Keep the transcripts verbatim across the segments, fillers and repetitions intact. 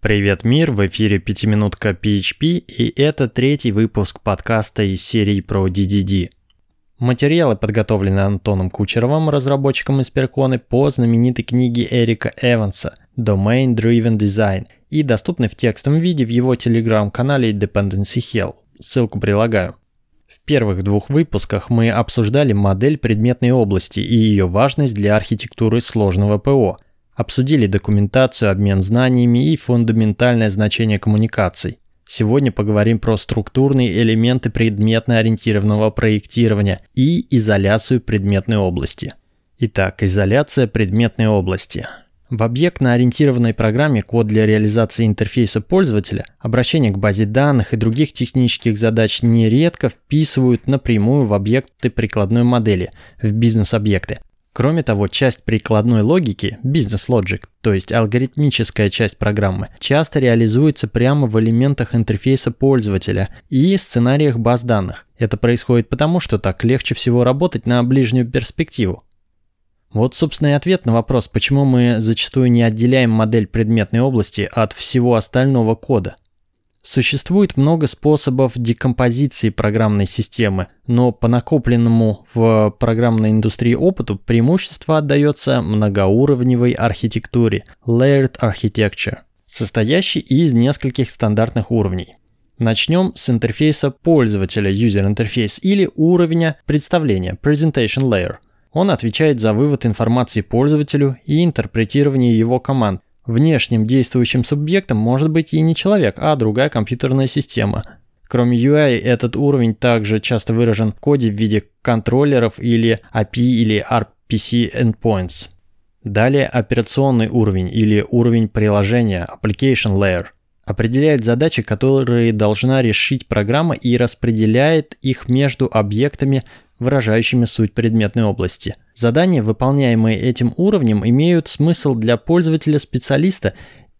Привет, мир! В эфире пятиминутка пи эйч пи, и это третий выпуск подкаста из серии про ди ди ди. Материалы подготовлены Антоном Кучеровым, разработчиком из Перконы, по знаменитой книге Эрика Эванса «Domain Driven Design» и доступны в текстовом виде в его телеграм-канале Dependency Hell. Ссылку прилагаю. В первых двух выпусках мы обсуждали модель предметной области и ее важность для архитектуры сложного ПО. Обсудили документацию, обмен знаниями и фундаментальное значение коммуникаций. Сегодня поговорим про структурные элементы предметно-ориентированного проектирования и изоляцию предметной области. Итак, изоляция предметной области. В объектно-ориентированной программе код для реализации интерфейса пользователя, обращение к базе данных и других технических задач нередко вписывают напрямую в объекты прикладной модели, в бизнес-объекты. Кроме того, часть прикладной логики, business logic, то есть алгоритмическая часть программы, часто реализуется прямо в элементах интерфейса пользователя и сценариях баз данных. Это происходит потому, что так легче всего работать на ближнюю перспективу. Вот, собственно, и ответ на вопрос, почему мы зачастую не отделяем модель предметной области от всего остального кода. Существует много способов декомпозиции программной системы, но по накопленному в программной индустрии опыту преимущество отдается многоуровневой архитектуре Layered Architecture, состоящей из нескольких стандартных уровней. Начнем с интерфейса пользователя User Interface или уровня представления Presentation Layer. Он отвечает за вывод информации пользователю и интерпретирование его команд. Внешним действующим субъектом может быть и не человек, а другая компьютерная система. Кроме ю ай, этот уровень также часто выражен в коде в виде контроллеров или эй пи ай или ар пи си endpoints. Далее операционный уровень или уровень приложения Application Layer определяет задачи, которые должна решить программа, и распределяет их между объектами, выражающими суть предметной области. Задания, выполняемые этим уровнем, имеют смысл для пользователя-специалиста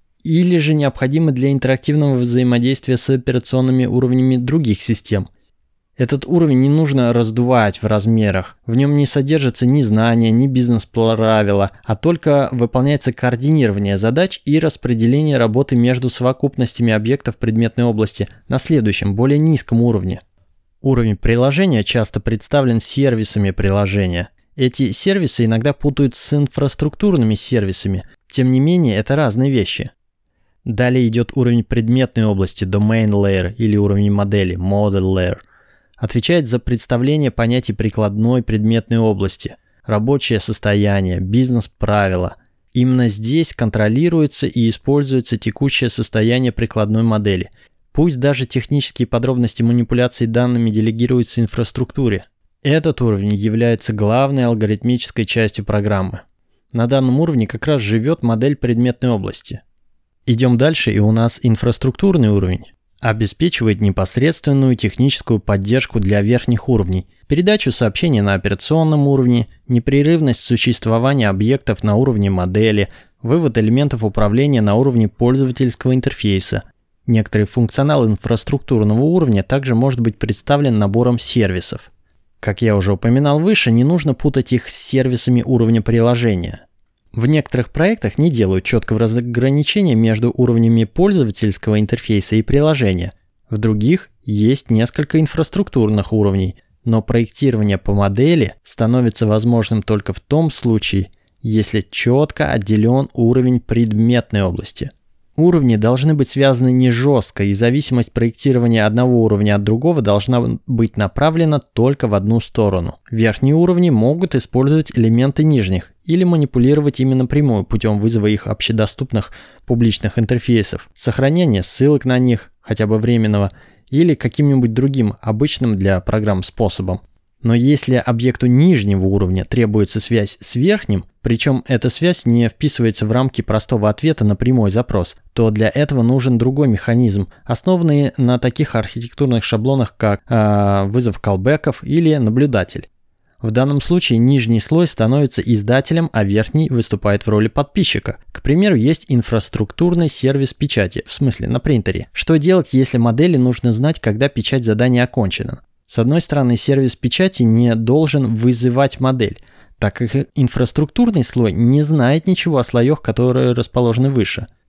или же необходимы для интерактивного взаимодействия с операционными уровнями других систем. Этот уровень не нужно раздувать в размерах, в нем не содержится ни знания, ни бизнес-правила, а только выполняется координирование задач и распределение работы между совокупностями объектов предметной области на следующем, более низком уровне. Уровень приложения часто представлен сервисами приложения. Эти сервисы иногда путают с инфраструктурными сервисами, тем не менее это разные вещи. Далее идет уровень предметной области Domain Layer или уровень модели Model Layer. Отвечает за представление понятий прикладной предметной области, рабочее состояние, бизнес-правила. Именно здесь контролируется и используется текущее состояние прикладной модели. Пусть даже технические подробности манипуляций данными делегируются инфраструктуре. Этот уровень является главной алгоритмической частью программы. На данном уровне как раз живет модель предметной области. Идем дальше, и у нас инфраструктурный уровень обеспечивает непосредственную техническую поддержку для верхних уровней, передачу сообщений на операционном уровне, непрерывность существования объектов на уровне модели, вывод элементов управления на уровне пользовательского интерфейса. Некоторый функционал инфраструктурного уровня также может быть представлен набором сервисов. Как я уже упоминал выше, не нужно путать их с сервисами уровня приложения. В некоторых проектах не делают четкого разграничения между уровнями пользовательского интерфейса и приложения. В других есть несколько инфраструктурных уровней, но проектирование по модели становится возможным только в том случае, если четко отделен уровень предметной области. Уровни должны быть связаны не жестко, и зависимость проектирования одного уровня от другого должна быть направлена только в одну сторону. Верхние уровни могут использовать элементы нижних или манипулировать ими напрямую путем вызова их общедоступных публичных интерфейсов, сохранения ссылок на них, хотя бы временного, или каким-нибудь другим обычным для программ способом. Но если объекту нижнего уровня требуется связь с верхним, причем эта связь не вписывается в рамки простого ответа на прямой запрос, то для этого нужен другой механизм, основанный на таких архитектурных шаблонах, как э, вызов колбеков или наблюдатель. В данном случае нижний слой становится издателем, а верхний выступает в роли подписчика. К примеру, есть инфраструктурный сервис печати, в смысле на принтере. Что делать, если модели нужно знать, когда печать задания окончена? С одной стороны, сервис печати не должен вызывать модель, так как инфраструктурный слой не знает ничего о слоях, которые расположены выше.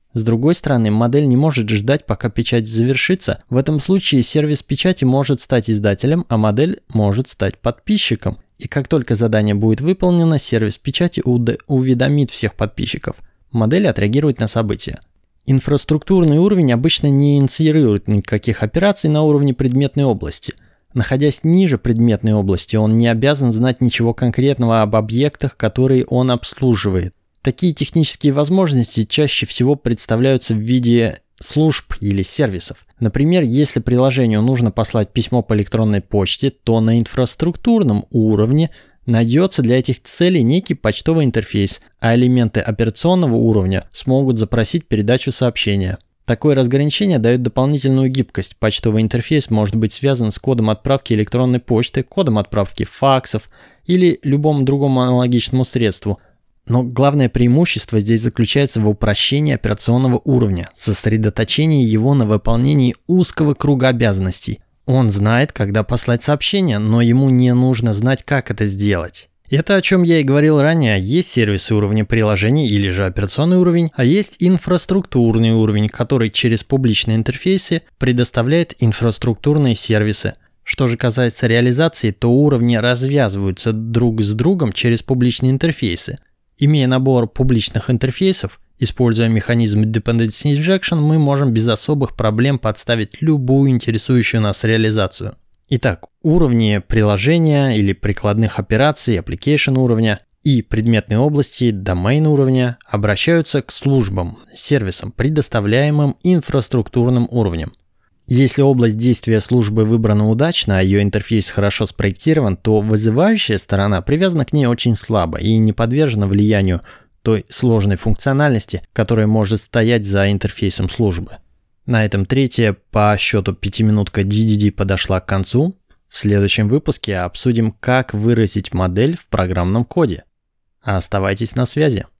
С другой стороны, модель не может ждать, пока печать завершится. В этом случае сервис печати может стать издателем, а модель может стать подписчиком. И как только задание будет выполнено, сервис печати уведомит всех подписчиков. Модель отреагирует на события. Инфраструктурный уровень обычно не инициирует никаких операций на уровне предметной области. Находясь ниже предметной области, он не обязан знать ничего конкретного об объектах, которые он обслуживает. Такие технические возможности чаще всего представляются в виде служб или сервисов. Например, если приложению нужно послать письмо по электронной почте, то на инфраструктурном уровне найдется для этих целей некий почтовый интерфейс, а элементы операционного уровня смогут запросить передачу сообщения. Такое разграничение дает дополнительную гибкость. Почтовый интерфейс может быть связан с кодом отправки электронной почты, кодом отправки факсов или любому другому аналогичному средству. Но главное преимущество здесь заключается в упрощении операционного уровня, сосредоточении его на выполнении узкого круга обязанностей. Он знает, когда послать сообщение, но ему не нужно знать, как это сделать. Это, о чем я и говорил ранее, есть сервисы уровня приложений или же операционный уровень, а есть инфраструктурный уровень, который через публичные интерфейсы предоставляет инфраструктурные сервисы. Что же касается реализации, то уровни развязываются друг с другом через публичные интерфейсы. Имея набор публичных интерфейсов, используя механизм Dependency Injection, мы можем без особых проблем подставить любую интересующую нас реализацию. Итак, уровни приложения или прикладных операций, application уровня и предметной области, domain уровня обращаются к службам, сервисам, предоставляемым инфраструктурным уровнем. Если область действия службы выбрана удачно, а ее интерфейс хорошо спроектирован, то вызывающая сторона привязана к ней очень слабо и не подвержена влиянию той сложной функциональности, которая может стоять за интерфейсом службы. На этом третья по счету пятиминутка ди ди ди подошла к концу. В следующем выпуске обсудим, как выразить модель в программном коде. Оставайтесь на связи.